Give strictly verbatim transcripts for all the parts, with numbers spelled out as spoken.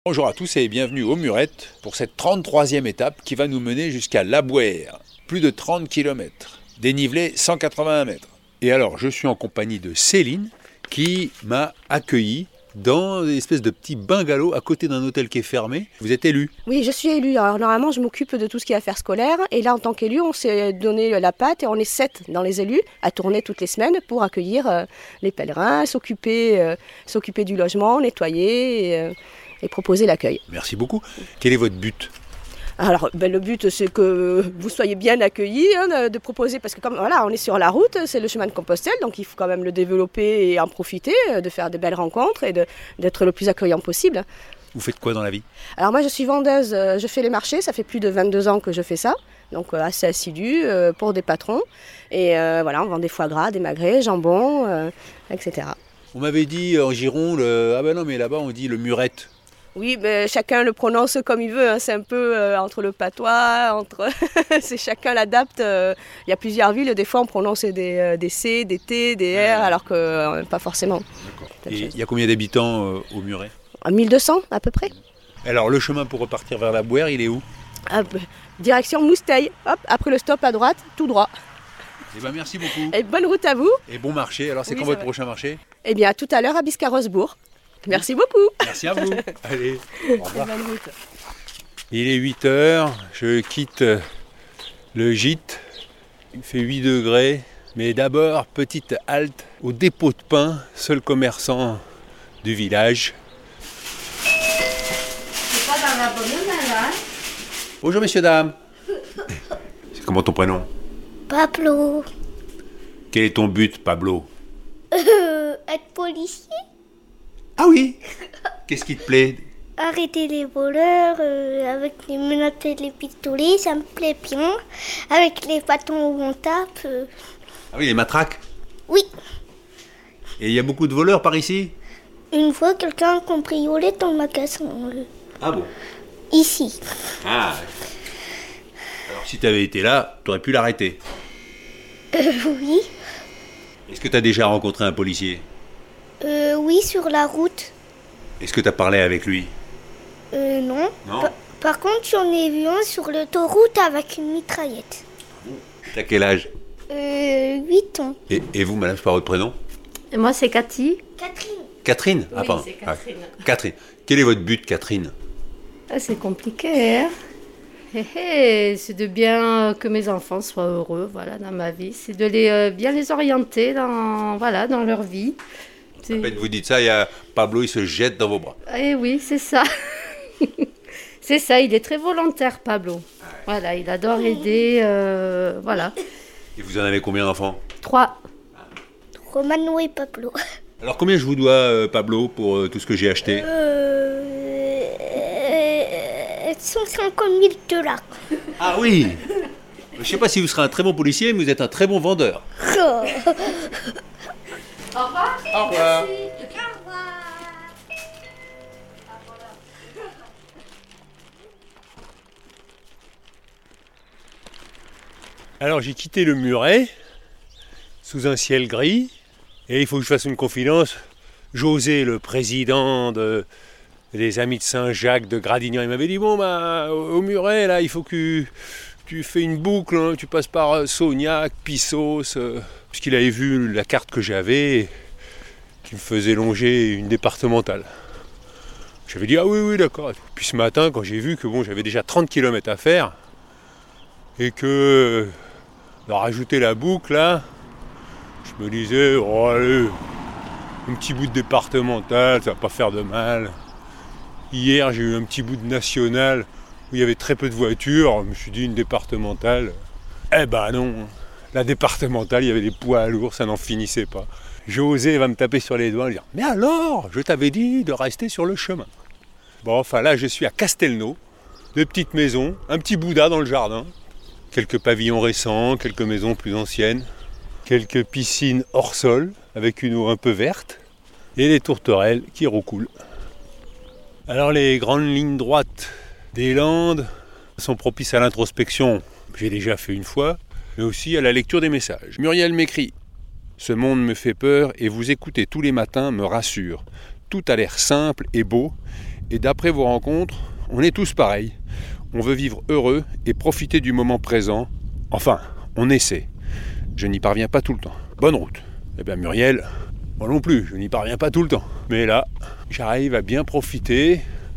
Bonjour à tous et bienvenue aux Murettes pour cette trente-troisième étape qui va nous mener jusqu'à Labouère, plus de trente kilomètres, dénivelé cent quatre-vingt-un mètres. Et alors, je suis en compagnie de Céline qui m'a accueilli dans une espèce de petit bungalow à côté d'un hôtel qui est fermé. Vous êtes élu? Oui, je suis élue. Alors normalement, je m'occupe de tout ce qui est affaires scolaires. Et là, en tant qu'élu, on s'est donné la patte et on est sept dans les élus à tourner toutes les semaines pour accueillir euh, les pèlerins, s'occuper, euh, s'occuper du logement, nettoyer et, euh, et proposer l'accueil. Merci beaucoup. Quel est votre but? Alors, ben, le but, c'est que vous soyez bien accueillis, hein, de proposer, parce que comme voilà, on est sur la route, c'est le chemin de Compostelle, donc il faut quand même le développer et en profiter, de faire de belles rencontres et de, d'être le plus accueillant possible. Vous faites quoi dans la vie? Alors moi, je suis vendeuse, je fais les marchés, ça fait plus de vingt-deux ans que je fais ça, donc assez assidue pour des patrons. Et euh, voilà, on vend des foie gras, des magrets, jambon, euh, et cetera. On m'avait dit en Gironde, ah ben non mais là-bas on dit le Murette. Oui, mais chacun le prononce comme il veut, hein. C'est un peu euh, entre le patois, entre c'est chacun l'adapte. Euh, il y a plusieurs villes, des fois on prononce des, euh, des C, des T, des R, alors que euh, pas forcément. D'accord. Et il y a combien d'habitants euh, au Muret? mille deux cents à peu près. Alors le chemin pour repartir vers la Bouère, il est où? Ah, direction Mousteil, hop, après le stop à droite, tout droit. Eh ben merci beaucoup. Et bonne route à vous. Et bon marché. Alors c'est Oui, quand c'est votre vrai. prochain marché? Eh bien, à tout à l'heure à Biscarrosse-Bourg. Merci beaucoup. Merci à vous. Allez, au revoir. Bonne route. Il est huit heures, je quitte le gîte. Il fait huit degrés. Mais d'abord, petite halte au dépôt de pain, seul commerçant du village. C'est pas dans la bonne main, là. Bonjour messieurs, dames. C'est comment ton prénom? Pablo. Quel est ton but, Pablo? Euh, être policier. Ah oui. Qu'est-ce qui te plaît? Arrêter les voleurs euh, avec les menottes et les pistolets, ça me plaît bien. Avec les bâtons où on tape. euh, Ah oui, les matraques. Oui. Et il y a beaucoup de voleurs par ici? Une fois, quelqu'un a cambriolé dans le magasin. euh, Ah bon? ici. Ah. Alors si tu avais été là, tu aurais pu l'arrêter. Euh, oui. Est-ce que tu as déjà rencontré un policier? Euh, oui, sur la route. Est-ce que tu as parlé avec lui? Euh, non. Non. Pa- par contre, j'en ai vu un sur l'autoroute avec une mitraillette. T'as quel âge? Euh, huit ans. et, et vous, madame, c'est pas votre prénom? Et moi, c'est Cathy. Catherine. Catherine? Oui, pardon. c'est Catherine. Ah, Catherine. Quel est votre but, Catherine? Ah, c'est compliqué, hein. Hé, hé, c'est de bien que mes enfants soient heureux, voilà, dans ma vie. C'est de les, euh, bien les orienter dans, voilà, dans leur vie. C'est- À peine vous dites ça, il y a Pablo, il se jette dans vos bras. Eh oui, c'est ça. C'est ça, il est très volontaire, Pablo. Voilà, il adore aider, euh, voilà. Et vous en avez combien d'enfants? Trois. Romano et Pablo. Alors combien je vous dois, euh, Pablo, pour euh, tout ce que j'ai acheté? Euh, cent cinquante mille dollars. Ah oui. Je sais pas si vous serez un très bon policier, mais vous êtes un très bon vendeur. Au revoir. Au revoir. Alors j'ai quitté le Muret, sous un ciel gris, et il faut que je fasse une confidence. José, le président de, des Amis de Saint-Jacques de Gradignan, il m'avait dit, bon bah au Muret, là, il faut que tu fais une boucle, hein, tu passes par euh, Saugnac, Pissos, euh, puisqu'il avait vu la carte que j'avais, qui me faisait longer une départementale. J'avais dit, ah oui, oui, d'accord. Puis ce matin, quand j'ai vu que bon, j'avais déjà trente kilomètres à faire, et que de rajouter la boucle là, je me disais, oh allez, un petit bout de départemental, ça va pas faire de mal. Hier j'ai eu un petit bout de national où il y avait très peu de voitures, je me suis dit une départementale. Eh ben non, la départementale, il y avait des poids lourds, ça n'en finissait pas. José va me taper sur les doigts et dire, mais alors, je t'avais dit de rester sur le chemin. Bon, enfin là je suis à Castelnau, deux petites maisons, un petit Bouddha dans le jardin. Quelques pavillons récents, quelques maisons plus anciennes, quelques piscines hors sol avec une eau un peu verte et des tourterelles qui roucoulent. Alors les grandes lignes droites des Landes sont propices à l'introspection, j'ai déjà fait une fois, mais aussi à la lecture des messages. Muriel m'écrit « Ce monde me fait peur et vous écouter tous les matins me rassure. Tout a l'air simple et beau Et d'après vos rencontres, on est tous pareils. On veut vivre heureux et profiter du moment présent. Enfin, on essaie. Je n'y parviens pas tout le temps. Bonne route. Eh bien Muriel, moi non plus, je n'y parviens pas tout le temps. Mais là, j'arrive à bien profiter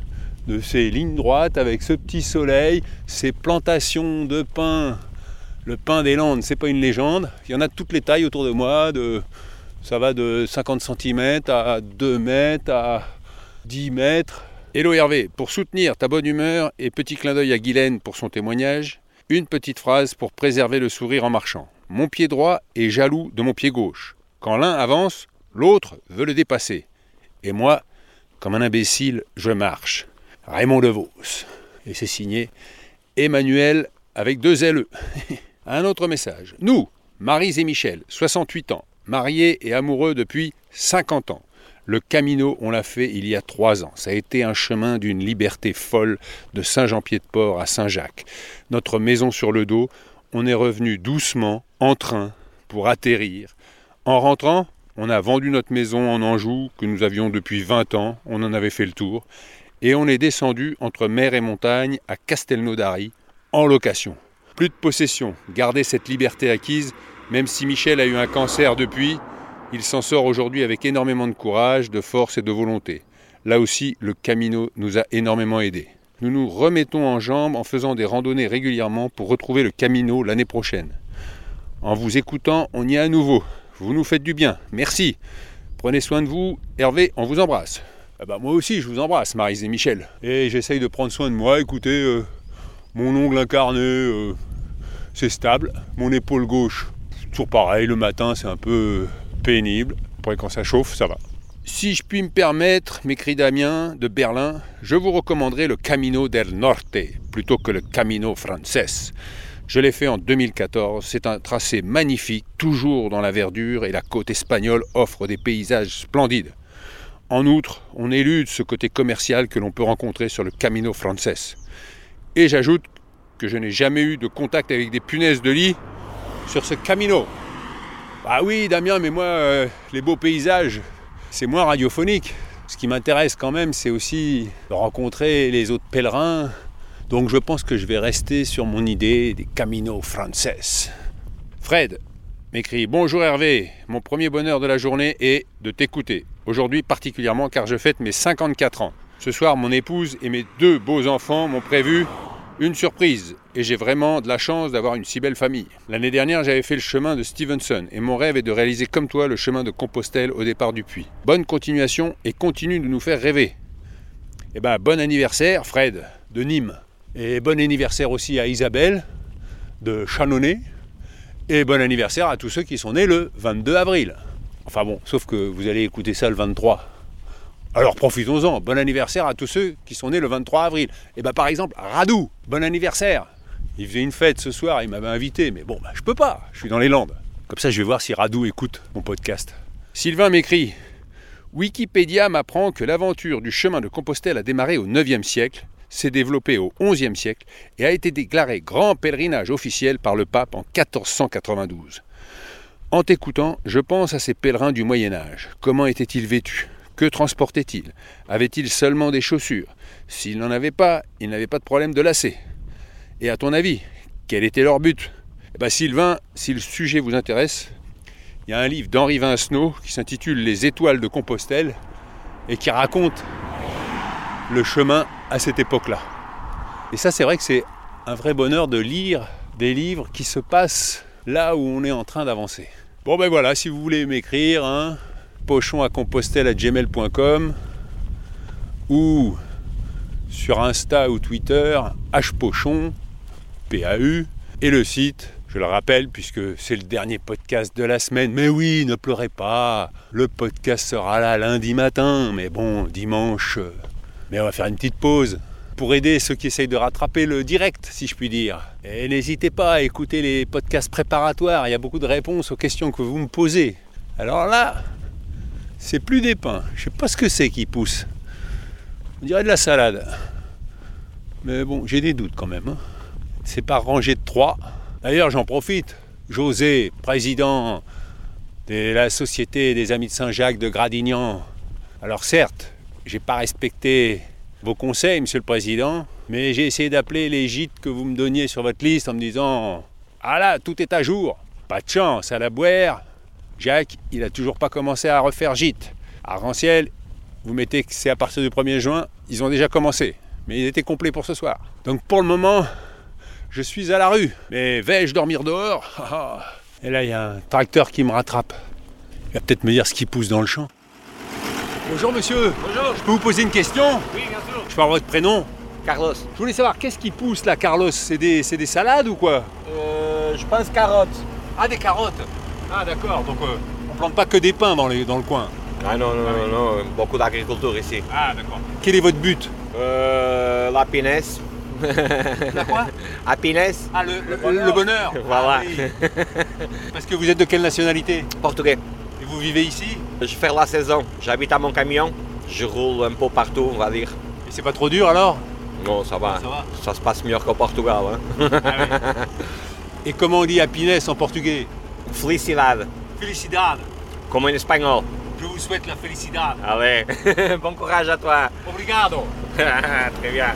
de ces lignes droites avec ce petit soleil, ces plantations de pins. Le pin des Landes, c'est pas une légende. Il y en a de toutes les tailles autour de moi. De, ça va de cinquante centimètres à deux mètres à dix mètres. Hello Hervé, pour soutenir ta bonne humeur et petit clin d'œil à Guylaine pour son témoignage, une petite phrase pour préserver le sourire en marchant. Mon pied droit est jaloux de mon pied gauche. Quand l'un avance, l'autre veut le dépasser. Et moi, comme un imbécile, je marche. Raymond DeVos. Et c'est signé Emmanuel avec deux L E. Un autre message. Nous, Maryse et Michel, soixante-huit ans, mariés et amoureux depuis cinquante ans. Le Camino, on l'a fait il y a trois ans. Ça a été un chemin d'une liberté folle de Saint-Jean-Pied-de-Port à Saint-Jacques. Notre maison sur le dos, on est revenu doucement, en train, pour atterrir. En rentrant, on a vendu notre maison en Anjou, que nous avions depuis vingt ans. On en avait fait le tour. Et on est descendu entre mer et montagne à Castelnaudary, en location. Plus de possession, garder cette liberté acquise, même si Michel a eu un cancer depuis, il s'en sort aujourd'hui avec énormément de courage, de force et de volonté. Là aussi, le Camino nous a énormément aidés. Nous nous remettons en jambes en faisant des randonnées régulièrement pour retrouver le Camino l'année prochaine. En vous écoutant, on y est à nouveau. Vous nous faites du bien. Merci. Prenez soin de vous. Hervé, on vous embrasse. Ah bah moi aussi, je vous embrasse, Maryse et Michel. Et j'essaye de prendre soin de moi. Écoutez, euh, mon ongle incarné, euh, c'est stable. Mon épaule gauche, toujours pareil. Le matin, c'est un peu pénible. Après, quand ça chauffe, ça va. Si je puis me permettre, m'écrit Damien de Berlin, je vous recommanderai le Camino del Norte plutôt que le Camino Frances. Je l'ai fait en deux mille quatorze, c'est un tracé magnifique, toujours dans la verdure et la côte espagnole offre des paysages splendides. En outre, on élude ce côté commercial que l'on peut rencontrer sur le Camino Frances. Et j'ajoute que je n'ai jamais eu de contact avec des punaises de lit sur ce Camino. Ah oui Damien, mais moi, euh, les beaux paysages, c'est moins radiophonique. Ce qui m'intéresse quand même, c'est aussi de rencontrer les autres pèlerins. Donc je pense que je vais rester sur mon idée des Camino Frances. Fred m'écrit « Bonjour Hervé, mon premier bonheur de la journée est de t'écouter. Aujourd'hui particulièrement car je fête mes cinquante-quatre ans. Ce soir, mon épouse et mes deux beaux enfants m'ont prévu une surprise. Et j'ai vraiment de la chance d'avoir une si belle famille. L'année dernière, j'avais fait le chemin de Stevenson et mon rêve est de réaliser comme toi le chemin de Compostelle au départ du Puy. Bonne continuation et continue de nous faire rêver. Eh ben, bon anniversaire Fred de Nîmes. Et bon anniversaire aussi à Isabelle de Channonay. Et bon anniversaire à tous ceux qui sont nés le vingt-deux avril. Enfin bon, sauf que vous allez écouter ça le vingt-trois. Alors profitons-en. Bon anniversaire à tous ceux qui sont nés le vingt-trois avril. Et ben par exemple, Radou, bon anniversaire. Il faisait une fête ce soir, il m'avait invité, mais bon, bah, je peux pas, je suis dans les Landes. Comme ça, je vais voir si Radou écoute mon podcast. Sylvain m'écrit « Wikipédia m'apprend que l'aventure du chemin de Compostelle a démarré au neuvième siècle, s'est développée au onzième siècle et a été déclaré grand pèlerinage officiel par le pape en quatorze cent quatre-vingt-douze. En t'écoutant, je pense à ces pèlerins du Moyen-Âge. Comment étaient-ils vêtus ? Que transportaient-ils ? Avaient-ils seulement des chaussures ? S'ils n'en avaient pas, ils n'avaient pas de problème de lacets. Et à ton avis, quel était leur but ? Eh bien, Sylvain, si le sujet vous intéresse, il y a un livre d'Henri Vincenot qui s'intitule « Les étoiles de Compostelle » et qui raconte le chemin à cette époque-là. Et ça, c'est vrai que c'est un vrai bonheur de lire des livres qui se passent là où on est en train d'avancer. Bon ben voilà, si vous voulez m'écrire, hein, pochon à compostelle arobase gmail point com ou sur Insta ou Twitter, hpochon, P A U, et le site, je le rappelle puisque c'est le dernier podcast de la semaine, mais oui, ne pleurez pas, le podcast sera là lundi matin, mais bon, dimanche, mais on va faire une petite pause pour aider ceux qui essayent de rattraper le direct, si je puis dire. Et n'hésitez pas à écouter les podcasts préparatoires, il y a beaucoup de réponses aux questions que vous me posez. Alors là, c'est plus des pins, je sais pas ce que c'est qui pousse. On dirait de la salade. Mais bon, j'ai des doutes quand même. Hein. C'est par rangée de trois. D'ailleurs, j'en profite. José, président de la Société des Amis de Saint-Jacques de Gradignan. Alors certes, j'ai pas respecté vos conseils, Monsieur le Président, mais j'ai essayé d'appeler les gîtes que vous me donniez sur votre liste en me disant « Ah là, tout est à jour !» Pas de chance, à la Bouère, Jacques, il n'a toujours pas commencé à refaire gîte. À Arc-en-Ciel, vous mettez que c'est à partir du premier juin, ils ont déjà commencé, mais ils étaient complets pour ce soir. Donc pour le moment, je suis à la rue, mais vais-je dormir dehors? Et là, il y a un tracteur qui me rattrape. Il va peut-être me dire ce qui pousse dans le champ. Bonjour monsieur. Bonjour. Je peux vous poser une question? Oui, bien sûr. Je peux avoir votre prénom? Carlos. Je voulais savoir, qu'est-ce qui pousse là, Carlos? C'est des, c'est des salades ou quoi? Euh, je pense carottes. Ah, des carottes. Ah d'accord, donc euh, on plante pas que des pins dans, les, dans le coin. Ah non, non, non, non, beaucoup d'agriculture ici. Ah d'accord. Quel est votre but? Euh, la pinesse. La quoi? Happiness. Ah, le, le, bonheur. le bonheur. Voilà. Ah, oui. Parce que vous êtes de quelle nationalité? Portugais. Et vous vivez ici? Je fais la saison. J'habite à mon camion. Je roule un peu partout, on va dire. Et c'est pas trop dur alors? Non, ça va. Ça va. Ça se passe mieux qu'au Portugal. Hein. Ah, oui. Et comment on dit happiness en portugais? Felicidade. Felicidade. Comme en espagnol. Je vous souhaite la felicidade. Allez, bon courage à toi. Obrigado. Très bien.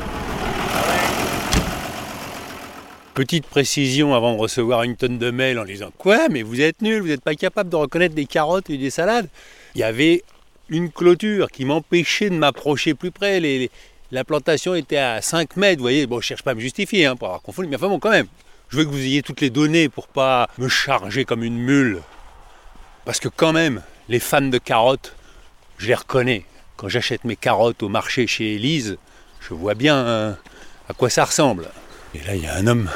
Petite précision avant de recevoir une tonne de mails en disant « Quoi? Mais vous êtes nuls, vous n'êtes pas capable de reconnaître des carottes et des salades ?» Il y avait une clôture qui m'empêchait de m'approcher plus près. Les, les, la plantation était à cinq mètres, vous voyez. Bon, je ne cherche pas à me justifier hein, pour avoir confondu, mais enfin bon, quand même. Je veux que vous ayez toutes les données pour pas me charger comme une mule. Parce que quand même, les fans de carottes, je les reconnais. Quand j'achète mes carottes au marché chez Élise, je vois bien hein, à quoi ça ressemble. Et là, il y a un homme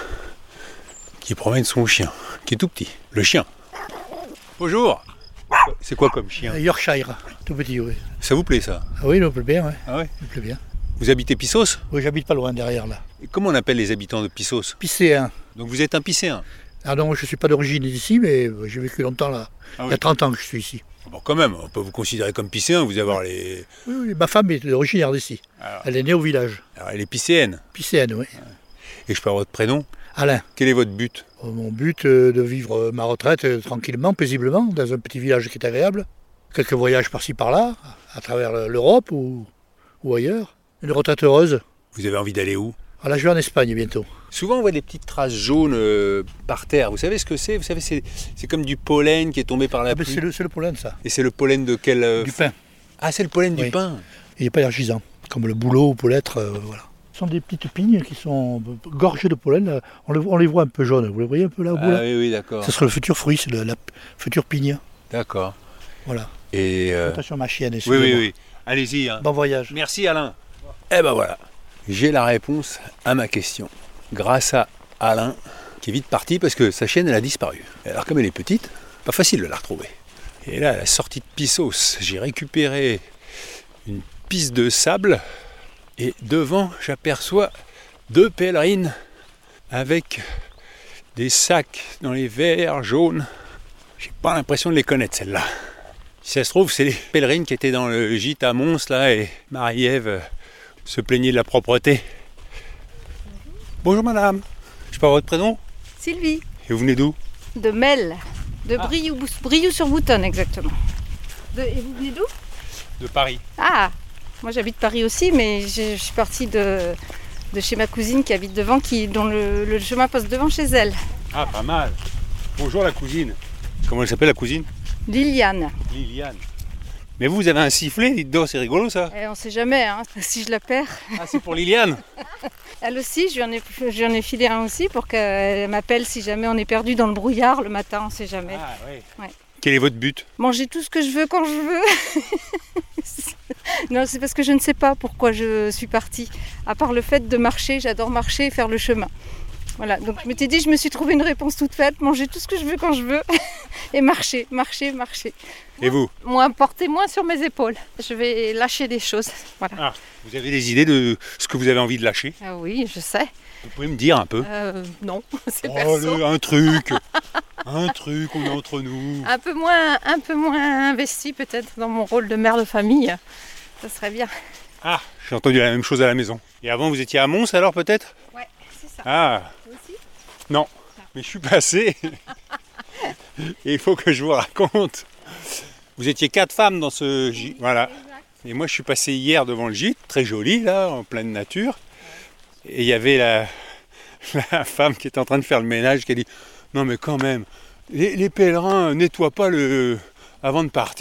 qui promène son chien, qui est tout petit. Le chien. Bonjour. C'est quoi comme chien? Yorkshire, tout petit, oui. Ça vous plaît ça? Ah oui, il me plaît bien, ouais. Ah ouais? Il me plaît bien. Vous habitez Pissos? Oui, j'habite pas loin derrière là. Et comment on appelle les habitants de Pissos? Piscéen. Donc vous êtes un Piscéen? Ah non, je ne suis pas d'origine d'ici, mais j'ai vécu longtemps là. Ah oui. Il y a trente ans que je suis ici. Bon, quand même, on peut vous considérer comme Piscéen, vous avoir les... Oui, oui, ma femme est originaire d'ici. Alors, Elle est née au village. alors elle est Piscéenne. Piscéenne, oui. Et je peux avoir votre prénom? Alain. Quel est votre but? Oh, mon but, euh, de vivre euh, ma retraite euh, tranquillement, paisiblement, dans un petit village qui est agréable. Quelques voyages par-ci par-là, à travers l'Europe ou, ou ailleurs. Une retraite heureuse. Vous avez envie d'aller où? Ah, là, je vais en Espagne bientôt. Souvent, on voit des petites traces jaunes euh, par terre. Vous savez ce que c'est? Vous savez, c'est, c'est comme du pollen qui est tombé par la Ah, ben, pluie. c'est le, c'est le pollen, ça. Et c'est le pollen de quel... euh, Du pain. Ah, c'est le pollen du Oui. pain. Il n'est pas énergisant, comme le bouleau ou peut-être, euh, voilà. Ce sont des petites pignes qui sont gorgées de pollen. Là. On, les, on les voit un peu jaunes. Vous les voyez un peu là au bout Ah là? oui, oui, d'accord. Ce sera le futur fruit, c'est le- la future pigne. D'accord. Voilà. Et... euh, Attention ma chienne, Oui, excusez-moi. oui, oui. Allez-y. Hein. Bon voyage. Merci Alain. Eh ben voilà. J'ai la réponse à ma question. Grâce à Alain, qui est vite parti parce que sa chienne, elle a disparu. Et alors comme elle est petite, pas facile de la retrouver. Et là, à la sortie de Pissos, j'ai récupéré une piste de sable. Et devant, j'aperçois deux pèlerines avec des sacs dans les verres jaunes. J'ai pas l'impression de les connaître, celles-là. Si ça se trouve, c'est les pèlerines qui étaient dans le gîte à Mons, là, et Marie-Ève se plaignait de la propreté. Bonjour madame, je peux avoir votre prénom? Sylvie, Et vous venez d'où? de Mel, de Ah. Briou, Briou-sur-Boutonne exactement. De- et vous venez d'où? De Paris. Ah, moi j'habite Paris aussi, mais je, je suis partie de, de chez ma cousine qui habite devant, qui, dont le, le chemin passe devant chez elle. Ah, pas mal. Bonjour la cousine. Comment elle s'appelle la cousine? Liliane. Liliane. Mais vous, vous avez un sifflet, dites donc, c'est rigolo ça. Et on sait jamais, hein, si je la perds. Ah, c'est pour Liliane. Elle aussi, je lui en ai, je lui en ai filé un aussi pour qu'elle m'appelle si jamais on est perdu dans le brouillard le matin, on sait jamais. Ah, ouais. Ouais. Quel est votre but? Manger tout ce que je veux quand je veux. Non, c'est parce que je ne sais pas pourquoi je suis partie. À part le fait de marcher, j'adore marcher et faire le chemin. Voilà, donc je m'étais dit, je me suis trouvé une réponse toute faite, manger tout ce que je veux quand je veux et marcher, marcher, marcher. Et vous? Moi, portez moins sur mes épaules. Je vais lâcher des choses. Voilà. Ah, vous avez des idées de ce que vous avez envie de lâcher? Ah oui, je sais. Vous pouvez me dire un peu? Euh, non, c'est Oh, perso. le- un truc, un truc, on est entre nous. Un peu moins, un peu moins investi peut-être dans mon rôle de mère de famille. Ça serait bien. Ah, j'ai entendu la même chose à la maison. Et avant, vous étiez à Mons alors peut-être? Ouais, c'est ça. Ah, Toi aussi? non, mais je suis passé. Et il faut que je vous raconte. Vous étiez quatre femmes dans ce... gi- Voilà. Et moi, je suis passé hier devant le gîte, très joli, là, en pleine nature. Et il y avait la, la femme qui était en train de faire le ménage qui a dit « Non mais quand même, les, les pèlerins nettoient pas le... avant de partir. »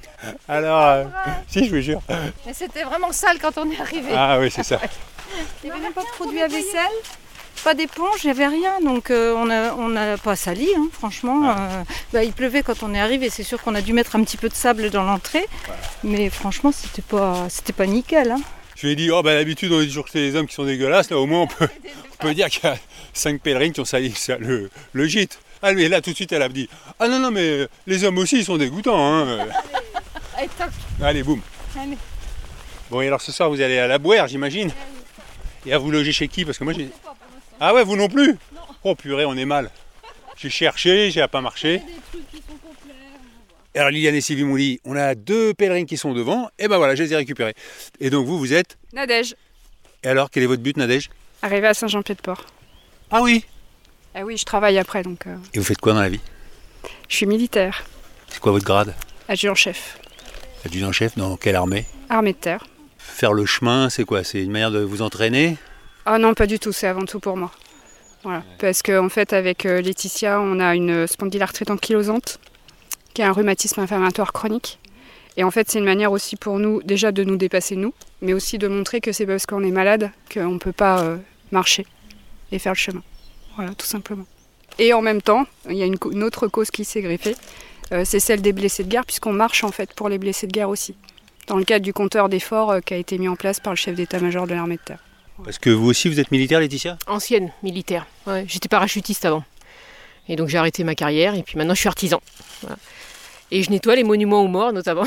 Alors, euh, si, je vous jure. Mais c'était vraiment sale quand on est arrivé. Ah oui, c'est ça. Il n'y avait même pas de produit à vaisselle, pas d'éponge, il n'y avait rien. Donc euh, on n'a on a pas sali, hein, franchement. Euh, bah, il pleuvait quand on est arrivé. C'est sûr qu'on a dû mettre un petit peu de sable dans l'entrée. Voilà. Mais franchement, c'était pas, c'était pas nickel. Hein. Je lui ai dit, oh, bah, d'habitude, on dit toujours que c'est les hommes qui sont dégueulasses. Là, au moins, on peut, on peut dire qu'il y a cinq pèlerines qui ont sali le, le gîte. Ah, mais là, tout de suite, elle a dit, ah non, non, mais les hommes aussi, ils sont dégoûtants. Hein. Allez, toc. Allez, boum. Allez. Bon, et alors ce soir, vous allez à la Bouère, j'imagine. Et à vous loger chez qui? Parce que moi, j'ai... Ah ouais, vous non plus? Non. Oh purée, on est mal. J'ai cherché, j'ai pas marché. Des trucs qui sont complets, et alors Liliane et Sylvie m'ont dit, on a deux pèlerines qui sont devant, et ben voilà, je les ai récupérées. Et donc vous, vous êtes? Nadège. Et alors, quel est votre but, Nadège? Arriver à Saint-Jean-Pied-de-Port. Ah oui? Ah oui, je travaille après, donc... Euh... Et vous faites quoi dans la vie? Je suis militaire. C'est quoi votre grade? Adjudant-chef. Adjudant-chef dans quelle armée? Armée de terre. Faire le chemin, c'est quoi? C'est une manière de vous entraîner? Ah non, pas du tout, c'est avant tout pour moi. Voilà. Ouais. Parce qu'en en fait, avec euh, Laetitia, on a une spondylarthrite ankylosante, qui est un rhumatisme inflammatoire chronique. Et en fait, c'est une manière aussi pour nous, déjà de nous dépasser nous, mais aussi de montrer que c'est parce qu'on est malade qu'on ne peut pas euh, marcher et faire le chemin. Voilà, tout simplement. Et en même temps, il y a une, une autre cause qui s'est greffée, euh, c'est celle des blessés de guerre, puisqu'on marche en fait pour les blessés de guerre aussi, dans le cadre du compteur d'efforts euh, qui a été mis en place par le chef d'état-major de l'armée de terre. Parce que vous aussi, vous êtes militaire, Laetitia? Ancienne militaire, ouais. J'étais parachutiste avant. Et donc j'ai arrêté ma carrière, et puis maintenant je suis artisan. Voilà. Et je nettoie les monuments aux morts notamment,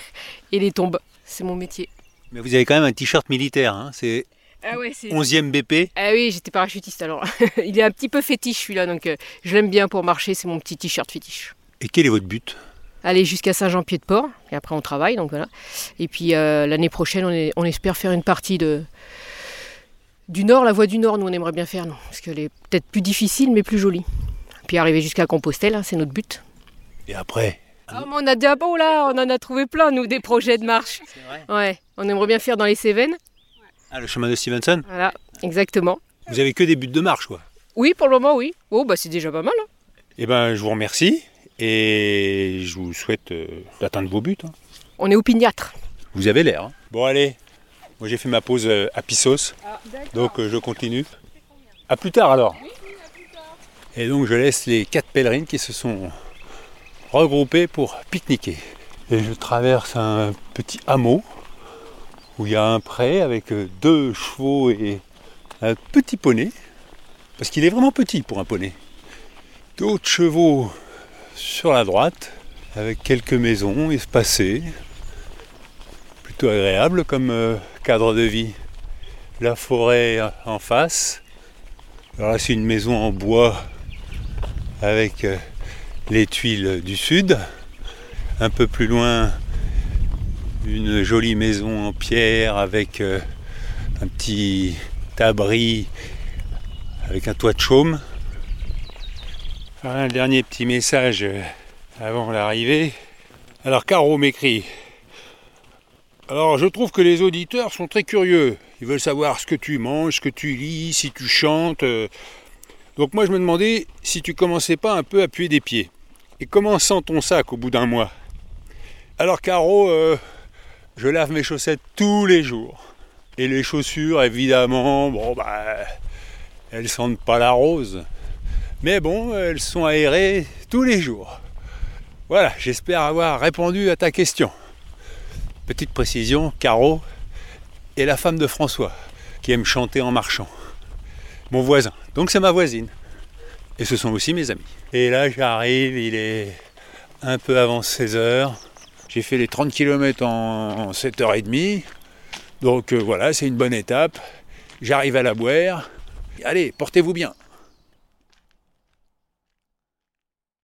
et les tombes, c'est mon métier. Mais vous avez quand même un t-shirt militaire, hein? C'est... Ah ouais, c'est... onzième B P. Ah oui, j'étais parachutiste alors. Il est un petit peu fétiche celui-là, donc euh, je l'aime bien pour marcher, c'est mon petit t-shirt fétiche. Et quel est votre but? Aller jusqu'à Saint-Jean-Pied-de-Port, et après on travaille, donc voilà. Et puis euh, l'année prochaine, on, est, on espère faire une partie de... du Nord, la voie du Nord, nous on aimerait bien faire, non, parce qu'elle est peut-être plus difficile, mais plus jolie. Puis arriver jusqu'à Compostelle, hein, c'est notre but. Et après? Ah, mais on a déjà bon là, on en a trouvé plein, nous, des projets de marche. C'est vrai? Ouais, on aimerait bien faire dans les Cévennes. Ah, le chemin de Stevenson? Voilà, exactement. Vous avez que des buts de marche, quoi? Oui, pour le moment, oui. Oh, bah c'est déjà pas mal. Hein. Eh ben, je vous remercie et je vous souhaite euh, d'atteindre vos buts. Hein. On est opiniâtres. Vous avez l'air. Hein. Bon, allez, moi j'ai fait ma pause euh, à Pissos, ah, donc euh, je continue. À plus tard alors. Oui, oui, à plus tard. Et donc je laisse les quatre pèlerines qui se sont regroupées pour pique-niquer. Et je traverse un petit hameau où il y a un pré avec deux chevaux et un petit poney, parce qu'il est vraiment petit pour un poney. D'autres chevaux sur la droite, avec quelques maisons espacées, plutôt agréable comme euh, cadre de vie. La forêt en face, alors là c'est une maison en bois avec euh, les tuiles du sud, un peu plus loin une jolie maison en pierre avec euh, un petit abri avec un toit de chaume. Un dernier petit message avant l'arrivée. Alors Caro m'écrit. Alors je trouve que les auditeurs sont très curieux. Ils veulent savoir ce que tu manges, ce que tu lis, si tu chantes. Donc moi je me demandais si tu commençais pas un peu à puer des pieds. Et comment sent ton sac au bout d'un mois? Alors Caro, euh, je lave mes chaussettes tous les jours. Et les chaussures, évidemment, bon bah, elles sentent pas la rose. Mais bon, elles sont aérées tous les jours. Voilà, j'espère avoir répondu à ta question. Petite précision, Caro est la femme de François, qui aime chanter en marchant. Mon voisin, donc c'est ma voisine. Et ce sont aussi mes amis. Et là j'arrive, il est un peu avant seize heures. J'ai fait les trente kilomètres en sept heures trente. Donc euh, voilà, c'est une bonne étape. J'arrive à la Bouère. Allez, portez-vous bien.